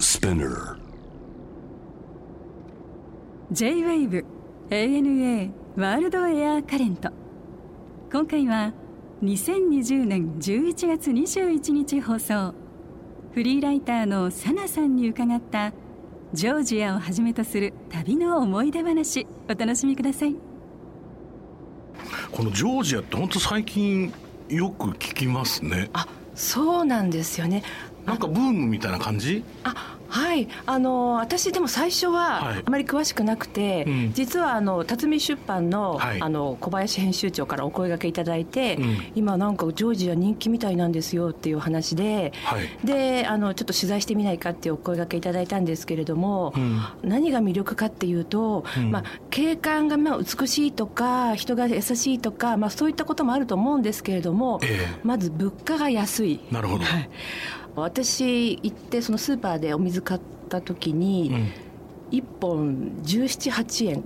Spinner J-Wave ANA ワールドエアカレント。今回は2020年11月21日放送、フリーライターのサナさんに伺ったジョージアをはじめとする旅の思い出話、お楽しみください。 このジョージアって本当最近よく聞きますね。 あ、そうなんですよね。 なんかブームみたいな感じ？ はい、私でも最初はあまり詳しくなくて、実は辰巳出版の、小林編集長からお声掛けいただいて、今なんかジョージア人気みたいなんですよっていう話で、でちょっと取材してみないかっていうお声掛けいただいたんですけれども、何が魅力かっていうと、景観が美しいとか人が優しいとか、そういったこともあると思うんですけれども、まず物価が安い。 なるほど。 私行ってそのスーパーでお水買った時に、1本17、8円、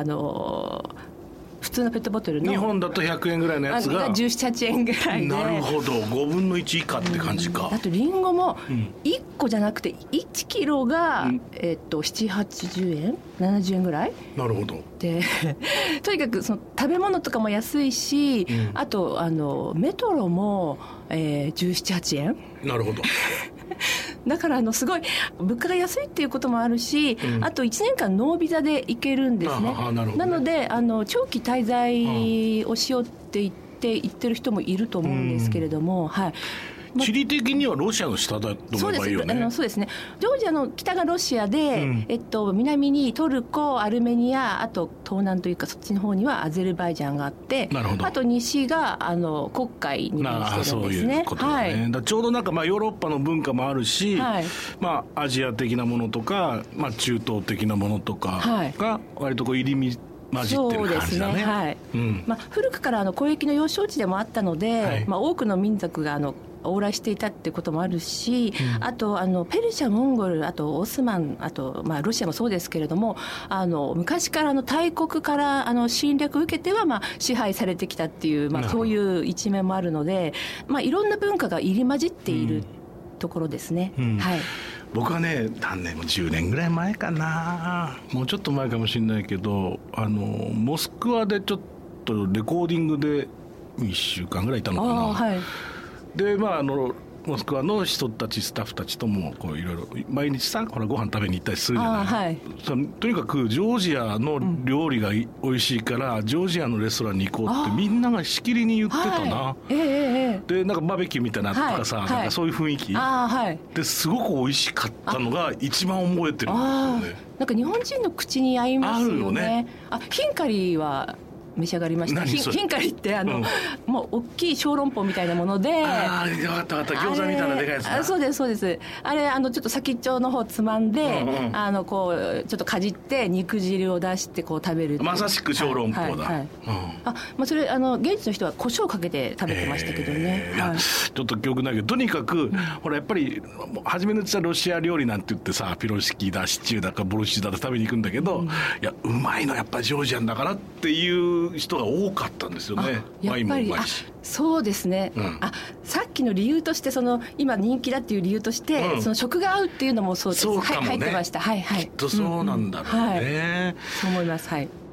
普通のペットボトルの日本だと100円ぐらいのやつが 17、8円ぐらいで、 なるほど、5分の1以下って感じか。 あとリンゴも1個じゃなくて1キロが、7、80円70円ぐらい。 なるほど。 でとにかくその食べ物とかも安いし、あとメトロも、17、8円。 なるほど。 だからすごい物価が安いっていうこともあるし、あと1年間ノービザで行けるんですね。なので長期滞在をしようって言ってる人もいると思うんですけれども、 地理的にはロシアの下だと思えばいいよね。 そうですね。ジョージアの北がロシアで、南にトルコ、アルメニア、あと東南というかそっちの方にはアゼルバイジャンがあって、あと西が黒海に面してるんですね。 そういうことだね。だちょうどなんかヨーロッパの文化もあるし、アジア的なものとか、中東的なものとかが割とこう入り混じってる感じだね。 古くから交易の要衝地でもあったので、多くの民族が往来していたっていうこともあるし、あとペルシャ、モンゴル、あとオスマン、あとロシアもそうですけれども、昔から大国から侵略を受けては支配されてきたっていう、そういう一面もあるので、いろんな文化が入り混じっているところですね。 僕はね、何年も10年ぐらい前かな、もうちょっと前かもしれないけど、モスクワでちょっとレコーディングで1週間ぐらいいたのかな。でモスクワの人たちスタッフたちともこういろいろ毎日さご飯食べに行ったりするじゃない。とにかくジョージアの料理が美味しいからジョージアのレストランに行こうってみんながしきりに言ってたな。でなんかバーベキューみたいなとかさ、なんかそういう雰囲気ですごく美味しかったのが一番覚えてるんですよね。 なんか日本人の口に合いますよね。ヒンカリーは召し上がりました。ヒンカリってもう大きい小籠包みたいなもので、 分かった餃子みたいなでかいやつだ。 そうですそうです。あれちょっと先っちょの方つまんで、こうちょっとかじって肉汁を出してこう食べる。 まさしく小籠包だ。 それ現地の人は胡椒かけて食べてましたけどね。 ちょっと記憶ないけど、とにかくほらやっぱり初めのうちはロシア料理なんて言ってさ、ピロシキだシチューだかボルシチだと食べに行くんだけど、いやうまいのやっぱりジョージアンだからっていう人が多かったんですよね。ワインもうまいし。そうですね。 さっきの理由として今人気だっていう理由として、その食が合うっていうのもそうです。 そうかもね。 入ってました。きっとそうなんだろうね。 そう思います。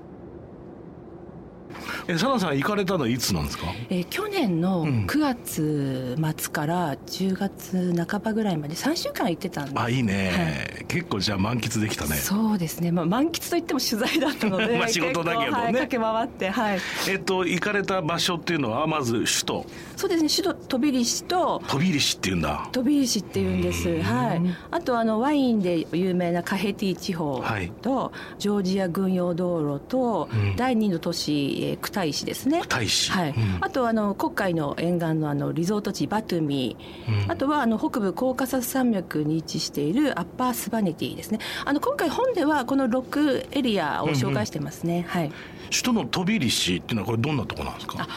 サナさん行かれたのはいつなんですか？ 去年の9月末から10月半ばぐらいまで3週間行ってたんです。 いいね。結構じゃあ満喫できたね。 そうですね。満喫といっても取材だったので仕事だけどね。 駆け回って、 行かれた場所っていうのはまず首都。 そうですね。首都トビリシと。 トビリシっていうんだ。 トビリシっていうんです。あとワインで有名なカヘティ地方と、ジョージア軍用道路と、第2の都市クタイシですね。クタイシ。あと黒海の沿岸のリゾート地バトゥミ、あとは北部コーカサス山脈に位置しているアッパースバネティですね。今回本ではこの6エリアを紹介してますね。 首都のトビリシっていうのはこれどんなところなんですか？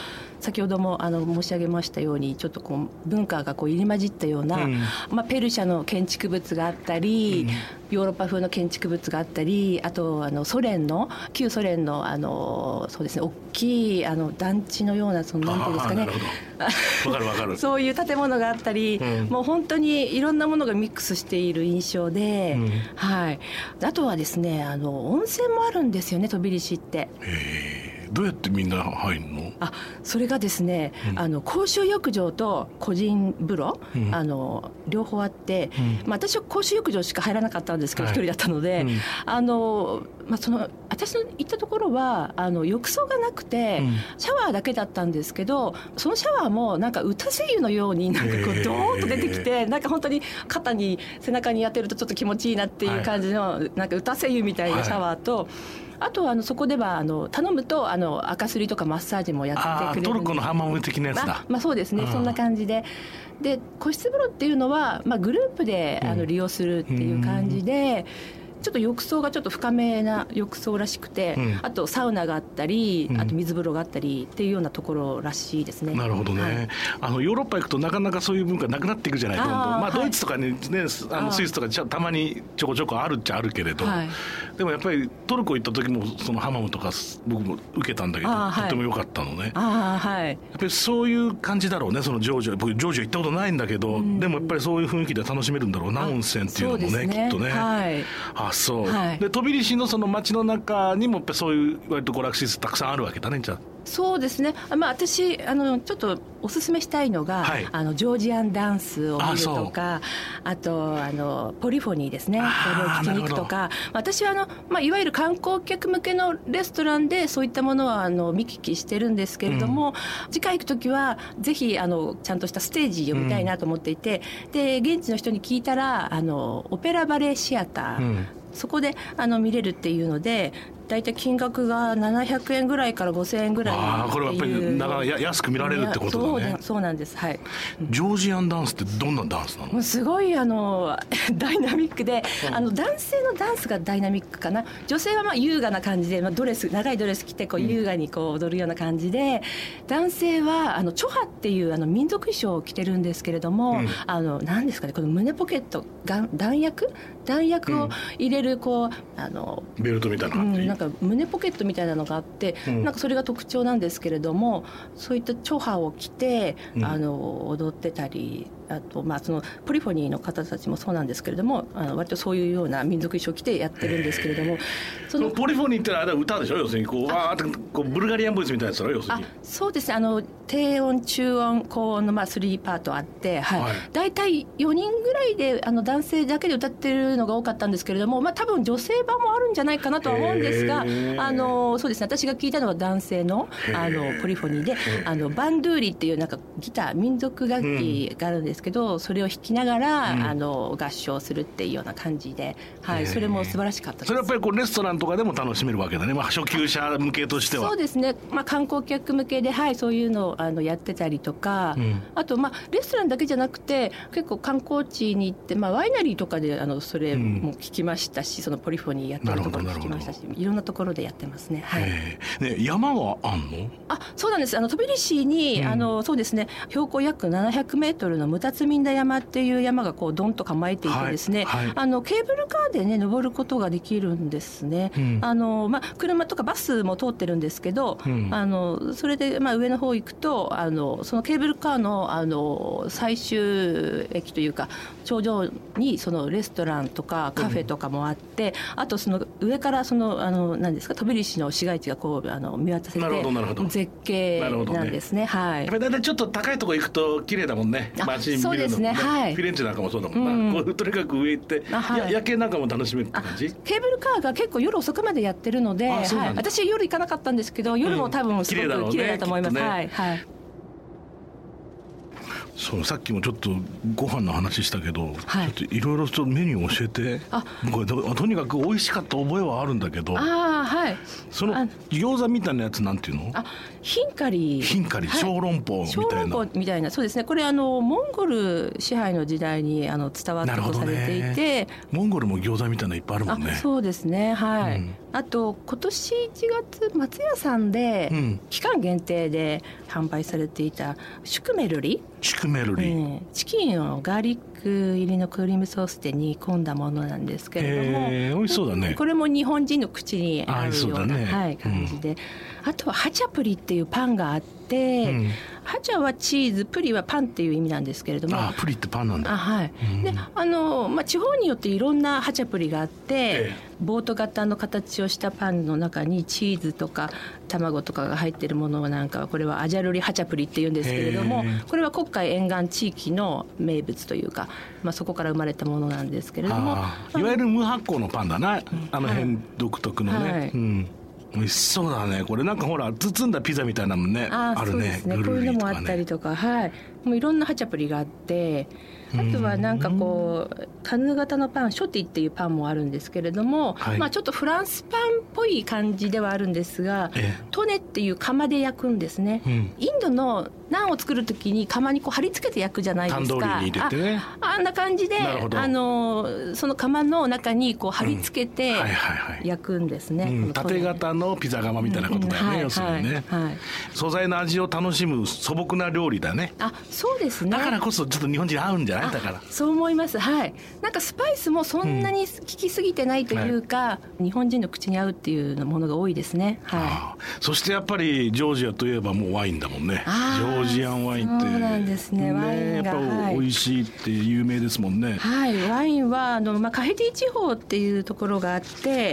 先ほども申し上げましたようにちょっとこう文化がこう入り混じったような、ペルシャの建築物があったり、ヨーロッパ風の建築物があったり、あと旧ソ連のそうですね、大きい団地のようななんていうんですかね、 わかるわかるそういう建物があったり、もう本当にいろんなものがミックスしている印象で、はい、あとはですね温泉もあるんですよね、トビリシって。 どうやってみんな入るの？ それがですね、公衆浴場と個人風呂、両方あって、私は公衆浴場しか入らなかったんですけど、一人だったので、私の行ったところは浴槽がなくて、シャワーだけだったんですけど、そのシャワーもなんか打たせ湯のようになんかこうドーンと出てきて、なんか本当に背中に当てるとちょっと気持ちいいなっていう感じの、なんか打たせ湯みたいなシャワーと、あとそこでは頼むと赤すりとかマッサージもやってくれる。 トルコのハンマム的なやつだ。 そうですね、そんな感じで個室風呂っていうのは、グループで利用するっていう感じで、ちょっと浴槽がちょっと深めな浴槽らしくて、あとサウナがあったり、あと水風呂があったりっていうようなところらしいですね。 なるほどね、ヨーロッパ行くとなかなかそういう文化なくなっていくじゃない、どんどん。ドイツとかね、スイスとかたまにちょこちょこあるっちゃあるけれど、でもやっぱりトルコ行った時もそのハマムとか僕も受けたんだけど、とっても良かったのね。やっぱりそういう感じだろうね、そのジョージア。僕ジョージア行ったことないんだけど、でもやっぱりそういう雰囲気で楽しめるんだろうな、温泉っていうのもね、きっとね。そう、でトビリシのその街の中にもやっぱそういう割と娯楽施設たくさんあるわけだね、じゃあ。 そうですね、私ちょっとおすすめしたいのが、ジョージアンダンスを見るとか、あとポリフォニーですね、これを聞きに行くとか。私はいわゆる観光客向けのレストランでそういったものは見聞きしてるんですけれども、次回行くときはぜひちゃんとしたステージを見たいなと思っていて、で現地の人に聞いたらオペラバレエシアター、そこで見れるっていうので、だいたい金額が700円ぐらいから5000円ぐらい。 これはやっぱりだから安く見られるってことだね。 そうなんです、はい。 ジョージアンダンスってどんなダンスなの？ もうすごいダイナミックで、男性のダンスがダイナミックかな。女性は優雅な感じで、長いドレス着て優雅に踊るような感じで、男性はチョハっていう民族衣装を着てるんですけれども、何ですかね、この胸ポケット弾薬を入れるベルトみたいな感じ、 なんか胸ポケットみたいなのがあって、なんかそれが特徴なんですけれども、そういったチョハを着て踊ってたり、あとそのポリフォニーの方たちもそうなんですけれども、割とそういうような民族衣装を着てやってるんですけれども、 そのポリフォニーってのは歌でしょ、要するにわーってブルガリアンボイスみたいなやつだろ、要するに。 そうですね、低音中音高音の3パートあって、大体4人ぐらいで男性だけで歌ってるのが多かったんですけれども、多分女性版もあるんじゃないかなとは思うんですが、そうですね、私が聞いたのは男性のポリフォニーで、バンドゥーリっていうなんかギター民族楽器があるんですけど、それを弾きながら、合唱するっていうような感じで、それも素晴らしかったです。 それはやっぱりレストランとかでも楽しめるわけだね、初級者向けとしては。 そうですね、観光客向けで、そういうのをやってたりとか、あとレストランだけじゃなくて結構観光地に行って、ワイナリーとかでそれも聞きましたし、そのポリフォニーやってるところ聞きましたし、いろんなところでやってますね。 山はあんの？ そうなんです。トビリシに、そうですね、標高約700メートルのムタツミンダ山っていう山がドンと構えていてですね、ケーブルカーでね登ることができるんですね。車とかバスも通ってるんですけど、それで上の方行くとそのケーブルカーの最終駅というか頂上にそのレストランとかカフェとかもあって、あとその上から何ですか、トビリシの市街地が見渡せて絶景なんですね。やっぱりだいたいちょっと高いところ行くと綺麗だもんね、街見るの。 そうですね、フィレンチェなんかもそうだもんな、とにかく上行って夜景なんかも楽しめるって感じ。 ケーブルカーが結構夜遅くまでやってるので、私夜行かなかったんですけど、夜も多分すごく綺麗だと思います。 そうさっきもちょっとご飯の話したけど、はい、ちょっといろいろとメニュー教えて。これとにかく美味しかった覚えはあるんだけど、 はい、 その餃子みたいなやつなんていうの？ ヒンカリ、 小籠包みたいな。 小籠包みたいな、そうですね。これモンゴル支配の時代に伝わったとされていて、 モンゴルも餃子みたいなのいっぱいあるもんね。 そうですね、はい。あと今年1月松屋さんで、期間限定で販売されていたシュクメルリ、 チキンをガーリック入りのクリームソースで煮込んだものなんですけれども、 美味しそうだね。 これも日本人の口に合うような、感じで、あとはハチャプリっていうパンがあって、ハチャはチーズ、プリはパンっていう意味なんですけれども、 プリってパンなんだ。 はい。で地方によっていろんなハチャプリがあって、ボート型の形をしたパンの中にチーズとか卵とかが入っているものなんかは、これはアジャルリハチャプリっていうんですけれども、これは黒海沿岸地域の名物というか、そこから生まれたものなんですけれども、 いわゆる無発酵のパンだな、辺独特のね。美味しそうだね。これなんかほら包んだピザみたいなのね、あるね。 そうですね。こういうのもあったりとか、もういろんなハチャプリがあって、あとはなんかこうカヌー型のパン、ショティっていうパンもあるんですけれども、ちょっとフランスパンっぽい感じではあるんですが、トネっていう窯で焼くそインドのナンを作るときに窯にこう貼り付けて焼くじゃないですか。 タンドリーに入れてね。 あんな感じで、その窯の中にこう貼り付けて焼くんですね。 縦型のピザ窯みたいなことだよね、要するにね。素材の味を楽しむ素朴な料理だね。 そうですね。 だからこそちょっと日本人合うんじゃない？だからそう思います。なんかスパイスもそんなに効きすぎてないというか、日本人の口に合うっていうものが多いですね。 そしてやっぱりジョージアといえばもうワインだもんね。ジョージアンワインって、 そうなんですね。ワインがやっぱ美味しいって有名ですもんね。 ワインはカヘティ地方っていうところがあって、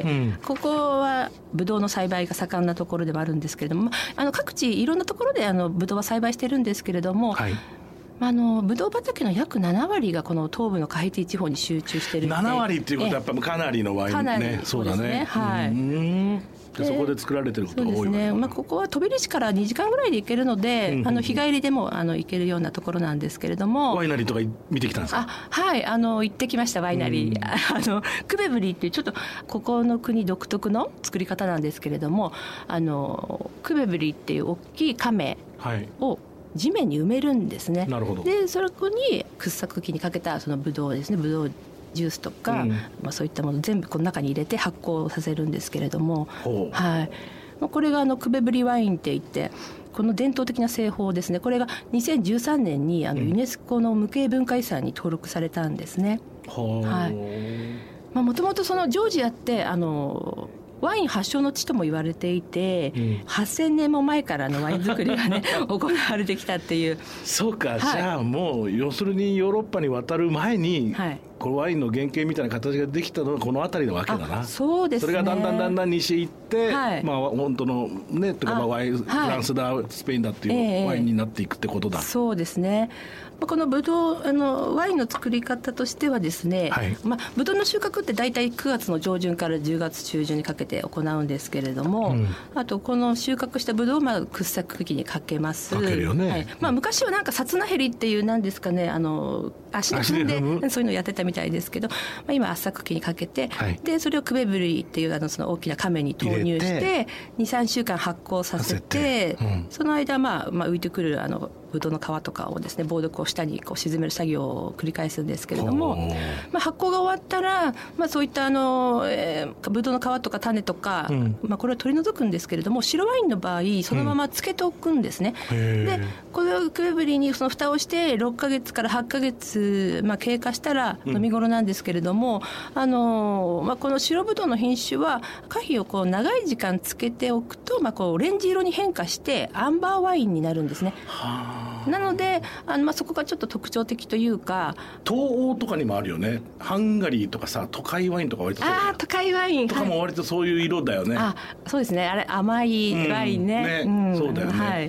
ここはブドウの栽培が盛んなところではあるんですけれども、各地いろんなところでブドウは栽培してるんですけれども、ブドウ畑の約7割がこの東部のカヘティ地方に集中してるんで。 7割っていうことはやっぱりかなりのワインね。そうだね。でそこで作られてることが多いわけですね。 ここは飛び出市から2時間ぐらいで行けるので、日帰りでも行けるようなところなんですけれども。 ワイナリーとか見てきたんですか？ 行ってきました。ワイナリークベブリーっていうちょっとここの国独特の作り方なんですけれども、クベブリーっていう大きい甕を地面に埋めるんですね。 なるほど。 でそこに掘削機にかけたそのブドウですね、ブドウジュースとか、そういったもの全部この中に入れて発酵させるんですけれども、これがクベブリワインっていって、この伝統的な製法ですね。これが2013年にユネスコの無形文化遺産に登録されたんですね。もともとそのジョージアってワイン発祥の地とも言われていて、8000年も前からワイン作りがね行われてきたっていう。 そうか、じゃあもう要するにヨーロッパに渡る前に、このワインの原型みたいな形ができたのはこの辺りなわけだな。 そうですね。 それがだんだん西へ行って、本当のねとかワイン、フランスだスペインだっていうワインになっていくってことだ。 そうですね。このブドウワインの作り方としてはですね、ブドウの収穫って大体9月の上旬から10月中旬にかけて行うんですけれども、あとこの収穫したブドウを掘削機にかけます。 かけるよね。 昔はなんかサツナヘリっていうなんですかね、足で踏んでそういうのをやってたみたいですけど、今圧搾機にかけて、でそれをクベブリーっていうその大きな甕に投入して 2,3 週間発酵させて、その間浮いてくるブドウの皮とかをですね、ボードこう下にこう沈める作業を繰り返すんですけれども、発酵が終わったら、そういったブドウの皮とか種とか、これを取り除くんですけれども、白ワインの場合そのまま漬けておくんですね。でこれをクベブリーにその蓋をして6ヶ月から8ヶ月、経過したら飲み頃なんですけれども、この白ブドウの品種は果皮をこう長い時間漬けておくと、こうオレンジ色に変化してアンバーワインになるんですね。なのでそこがちょっと特徴的というか。 東欧とかにもあるよね。ハンガリーとかさ、都会ワインとか割とそう。 都会ワインとかも割とそういう色だよね。 そうですね。あれ甘いワインね。 そうだよね。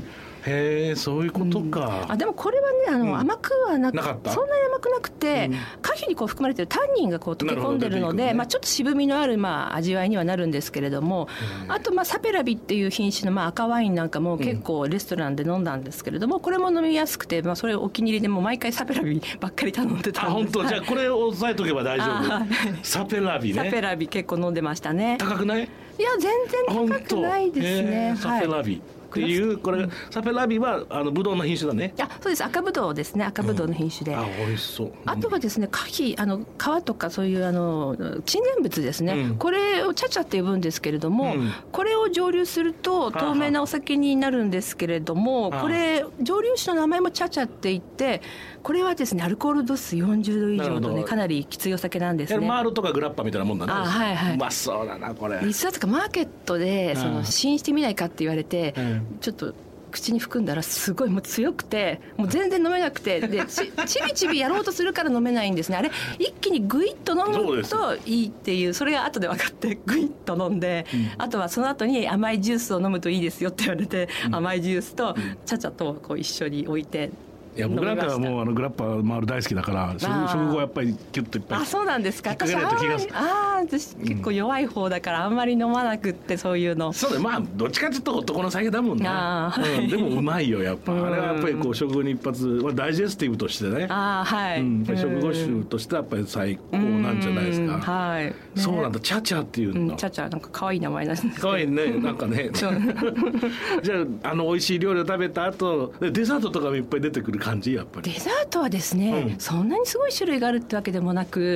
へえ、そういうことか。 でもこれはね甘くはなく、 なかった？ そんなに甘くなくて、果皮にこう含まれているタンニンがこう溶け込んでるので、ちょっと渋みのある味わいにはなるんですけれども、あとサペラビっていう品種の赤ワインなんかも結構レストランで飲んだんですけれども、これも飲みやすくて、それお気に入りでもう毎回サペラビばっかり頼んでたんです。 本当？じゃあこれを押さえとけば大丈夫。サペラビね。 サペラビ結構飲んでましたね。 高くない？ いや全然高くないですね。 サペラビっていうこれサペラビはブドウの品種だね。 そうです、赤ブドウですね。赤ブドウの品種で、 美味しそう。 あとはですね、果皮皮とかそういう沈殿物ですね、これをチャチャって呼ぶんですけれども、これを蒸留すると透明なお酒になるんですけれども、これ蒸留酒の名前もチャチャって言って、これはですねアルコール度数40度以上とね、かなりきついお酒なんですね。 マールとかグラッパみたいなもんだね。 はいはい、 うまそうだなこれ。 実はとかマーケットで試飲してみないかって言われて、ちょっと口に含んだらすごいもう強くて、もう全然飲めなくて、でちびちびやろうとするから飲めないんですね。あれ一気にグイッと飲むといいっていう、それが後で分かってグイッと飲んで、あとはその後に甘いジュースを飲むといいですよって言われて、甘いジュースとチャチャとこう一緒に置いて。 いや僕なんかはもうグラッパマール大好きだから、食後やっぱりキュッといっぱい。 そうなんですか。私結構弱い方だからあんまり飲まなくって、そういうの。そうだ、どっちかというと男の酒だもんね。でもうまいよやっぱ。あれはやっぱりこう食後に一発、ダイジェスティブとしてね。食後酒としてはやっぱり最高なんじゃないですか。そうなんだ、チャチャっていうんだ。 チャチャなんか可愛い名前なんですけど。 可愛いね、なんかね。じゃあ美味しい料理を食べた後デザートとかもいっぱい出てくる感じ。やっぱりデザートはですね、そんなにすごい種類があるってわけでもなく、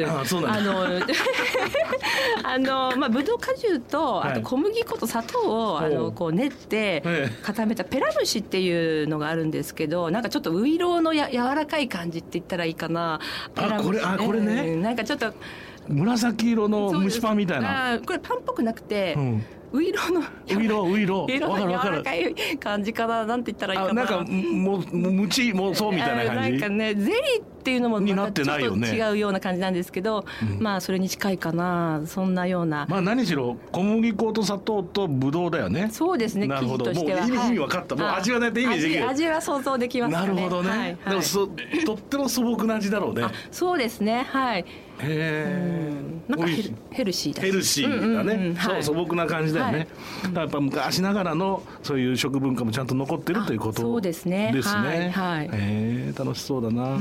ぶどう果汁とあと小麦粉と砂糖をこう練って固めたペラ蒸しっていうのがあるんですけど、なんかちょっとウイローの柔らかい感じって言ったらいいかな。 これね、 なんかちょっと紫色の蒸しパンみたいな。 これパンっぽくなくて、ウイロの柔らかい感じかな、なんて言ったらいいかな。 なんかムチもそうみたいな感じ。 なんかね、ゼリーっていうのもまたちょっと違うような感じなんですけど、それに近いかな、そんなような。 何しろ小麦粉と砂糖とブドウだよね。 そうですね。 なるほど。もう意味分かった。もう味はね、イメージできる。 味は想像できますね。 なるほどね。でもとっても素朴な味だろうね。 そうですね。はい。なんかヘルシーだ。 ヘルシーだね。そう、素朴な感じだよね。やっぱ昔ながらのそういう食文化もちゃんと残ってるということですね。 そうですね。はい。 楽しそうだな。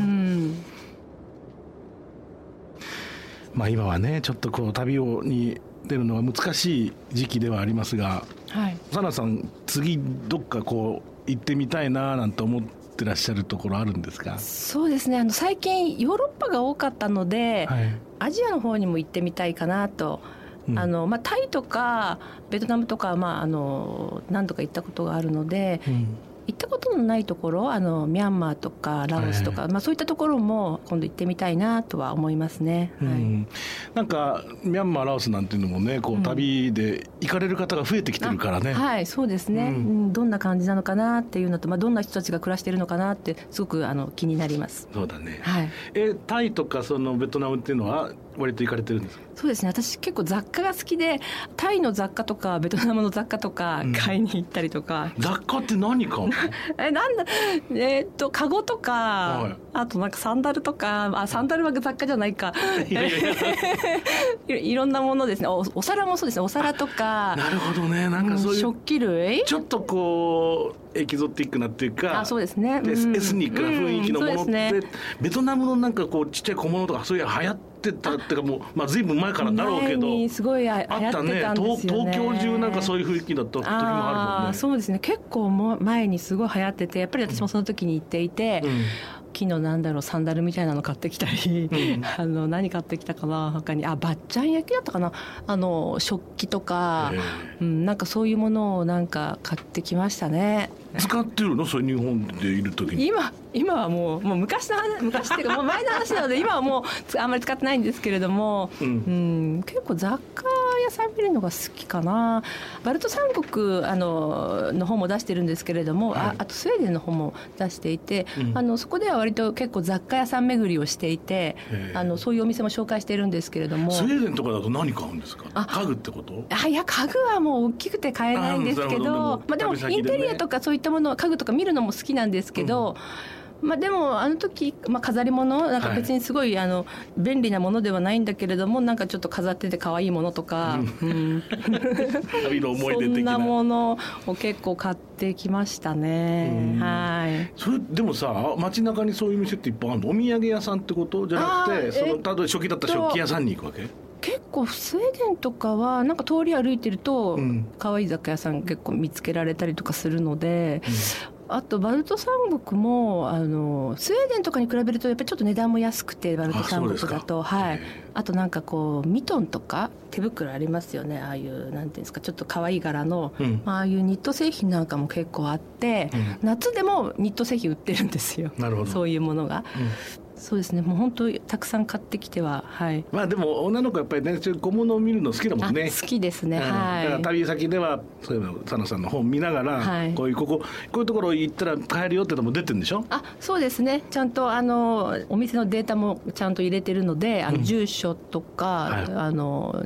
今はね、ちょっとこう旅に出るのは難しい時期ではありますが、サナさん次どっかこう行ってみたいななんて思ってらっしゃるところあるんですか？ そうですね、最近ヨーロッパが多かったので、アジアの方にも行ってみたいかなと。タイとかベトナムとか、何度か行ったことがあるので、行ったことのないところ、ミャンマーとかラオスとか、そういったところも今度行ってみたいなとは思いますね。 なんかミャンマーラオスなんていうのもね、こう旅で行かれる方が増えてきてるからね。 そうですね、どんな感じなのかなっていうのと、どんな人たちが暮らしているのかなってすごく気になります。 そうだね。タイとかそのベトナムっていうのは割と行かれてるんですか？ そうですね、私結構雑貨が好きで、タイの雑貨とかベトナムの雑貨とか買いに行ったりとか。 雑貨って何かなんだ、カゴとか、あとなんかサンダルとか、サンダルは雑貨じゃないかいろんなものですね。お皿もそうですね、お皿とか。 なるほどね、なんかそういう食器類、 ちょっとこうエキゾティックなっていうか、 そうですね、 エスニックな雰囲気のものって、ベトナムのなんかこうちっちゃい小物とかそういう流行ってたっていうか、もう随分前からだろうけど、 すごい流行ってたんですよね。 東京中なんかそういう雰囲気だった時もあるもんね。そうですね、 結構前にすごい流行ってて、やっぱり私もその時に行っていて、木のサンダルみたいなの買ってきたり、何買ってきたかな、他にバッチャン焼きだったかな、食器とか、なんかそういうものをなんか買ってきましたね。 使ってるの？それ日本でいる時に。 今はもう昔っていうかもう前の話なので今はもうあんまり使ってないんですけれども、結構雑貨屋さん見るのが好きかな。バルト三国の本も出してるんですけれども、はい、あとスウェーデンの本も出していて、そこでは割と結構雑貨屋さん巡りをしていて、そういうお店も紹介しているんですけれども。 スウェーデンとかだと何買うんですか？家具ってこと？ いや、家具はもう大きくて買えないんですけど、でもインテリアとかそういったものは家具とか見るのも好きなんですけど、でもあの時、飾り物なんか別にすごい、便利なものではないんだけれども、なんかちょっと飾ってて可愛いものとか、 旅の思い出的なそんなものを結構買ってきましたね。はい。 それでもさ、街中にそういう店っていっぱいあるの？お土産屋さんってことじゃなくて、例えば初期だったら食器屋さんに行くわけ？ 結構スウェーデンとかはなんか通り歩いてると可愛い雑貨屋さん結構見つけられたりとかするので、あとバルト三国もスウェーデンとかに比べるとやっぱりちょっと値段も安くて、バルト三国だと、はい、あとなんかこうミトンとか手袋ありますよね、ああいうなんていうんですか、ちょっと可愛い柄の、ああいうニット製品なんかも結構あって、夏でもニット製品売ってるんですよ。なるほど。そういうものが、そうですね、もう本当たくさん買ってきては、はい。 でも女の子やっぱりね、小物を見るの好きだもんね。 好きですね、はい。 だから旅先ではそういえば佐野さんの本見ながら、はい、こういうところ行ったら買えるよってのも出てるんでしょ？ そうですね、ちゃんとお店のデータもちゃんと入れてるので、住所とか、はい、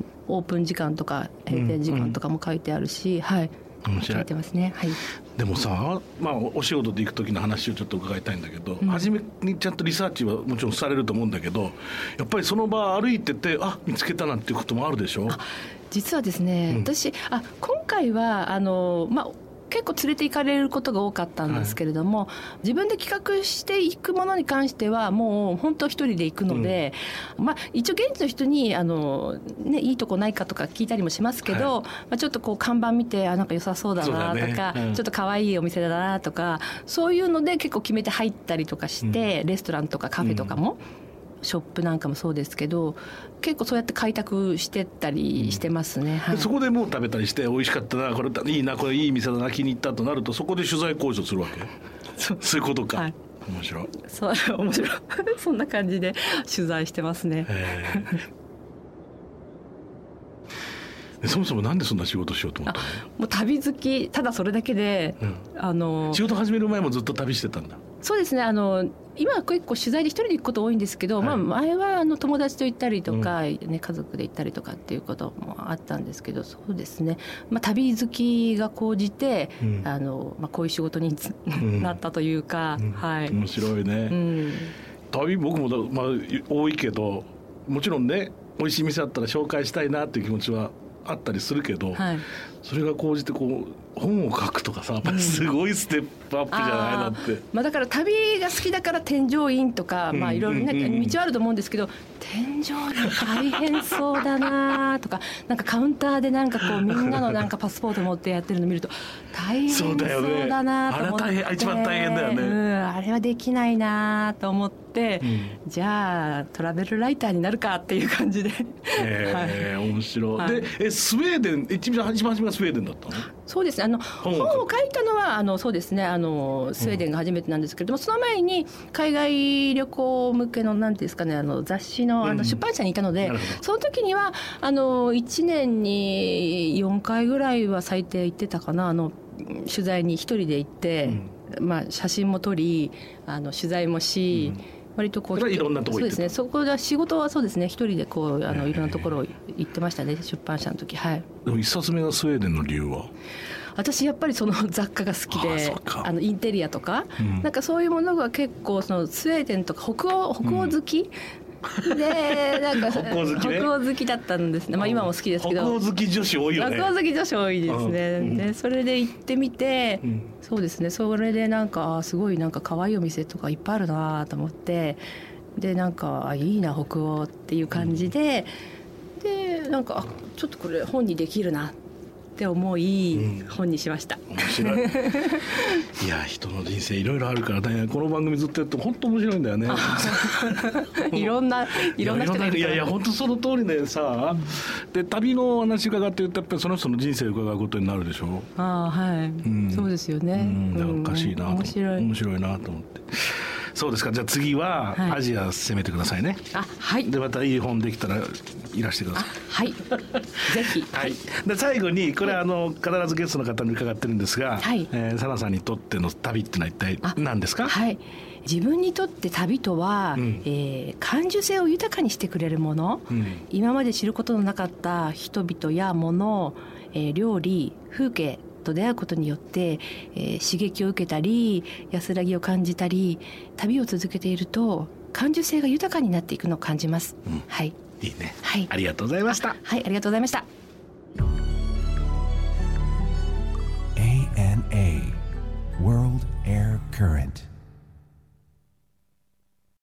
オープン時間とか閉店時間とかも書いてあるし、はい、書いてますね。はい。 でもさ、お仕事で行く時の話をちょっと伺いたいんだけど、初めにちゃんとリサーチはもちろんされると思うんだけど、やっぱりその場歩いてて見つけたなんていうこともあるでしょ？ 実はですね、私今回は結構連れて行かれることが多かったんですけれども、自分で企画していくものに関してはもう本当一人で行くので、一応現地の人にいいとこないかとか聞いたりもしますけど、ちょっとこう看板見てなんか良さそうだなとか、ちょっと可愛いお店だなとか、そういうので結構決めて入ったりとかして、レストランとかカフェとかも、ショップなんかもそうですけど、結構そうやって開拓してったりしてますね。はい、 そこでもう食べたりして美味しかったな、これいいな、これいい店だな、気に入ったとなると、そこで取材交渉するわけ？そういうことか。はい、面白い。 面白いそんな感じで取材してますね。 そもそもなんでそんな仕事しようと思ったの？ もう旅好き、ただそれだけで、 仕事始める前もずっと旅してたんだ？ そうですね、今は結構取材で一人で行くこと多いんですけど、前は友達と行ったりとか、家族で行ったりとかっていうこともあったんですけど、そうですね、旅好きが高じて、こういう仕事になったというか、はい、 面白いね。旅僕も多いけど、もちろんね、美味しい店あったら紹介したいなっていう気持ちはあったりするけど、それが高じて本を書くとかさ、すごいステップアップじゃないなって。 だから旅が好きだから添乗員とか、いろいろね、道はあると思うんですけど、添乗員大変そうだなとか、なんかカウンターでなんかみんなのなんかパスポート持ってやってるの見ると大変そうだなと思って、 あれは一番大変だよね。 あれはできないなと思って、じゃあトラベルライターになるかっていう感じで。 面白い。でスウェーデン、一番初めがスウェーデンだったの？そうですね、 本を書いたのはそうですね、スウェーデンが初めてなんですけれども、その前に海外旅行向けのなんていうんですかね、雑誌の出版社にいたので、その時には1年に4回ぐらいは最低行ってたかな、取材に一人で行って、写真も撮り取材もし、割といろんなところ行ってた。そうですね、 そこで仕事はそうですね、一人でいろんなところ行ってましたね、出版社の時。はい。 でも一冊目がスウェーデンの理由は？ 私やっぱりその雑貨が好きで、インテリアとか、なんかそういうものが結構スウェーデンとか北欧好き、でなんか北欧好きだったんですね。今も好きですけど、 北欧好き女子多いよね。 北欧好き女子多いですね。でそれで行ってみて、そうですね、それでなんかすごいなんか可愛いお店とかいっぱいあるなと思って、でなんかいいな北欧っていう感じで、でなんかちょっとこれ本にできるなって思い、本にしました。 面白い。いや、人の人生いろいろあるからね、この番組ずっとやって本当面白いんだよね。 いろんな人がいる。 いや本当その通りでさ、で旅の話伺ってるとやっぱりその人の人生を伺うことになるでしょ。 はい、そうですよね。 おかしいなと、面白いなと思って。 そうですか。じゃあ次はアジア攻めてくださいね。 はい。 でまたいい本できたらいらしてください。 はい。ぜひ。 はい。で最後にこれは必ずゲストの方に伺ってるんですが、はい、サナさんにとっての旅ってのは一体何ですか？ はい。自分にとって旅とは、感受性を豊かにしてくれるもの、今まで知ることのなかった人々や物、料理、風景と出会うことによって、刺激を受けたり安らぎを感じたり、旅を続けていると感受性が豊かになっていくのを感じます。はい。 いいね。 はい。 ありがとうございました。 はい、ありがとうございました。 ANA World Air Current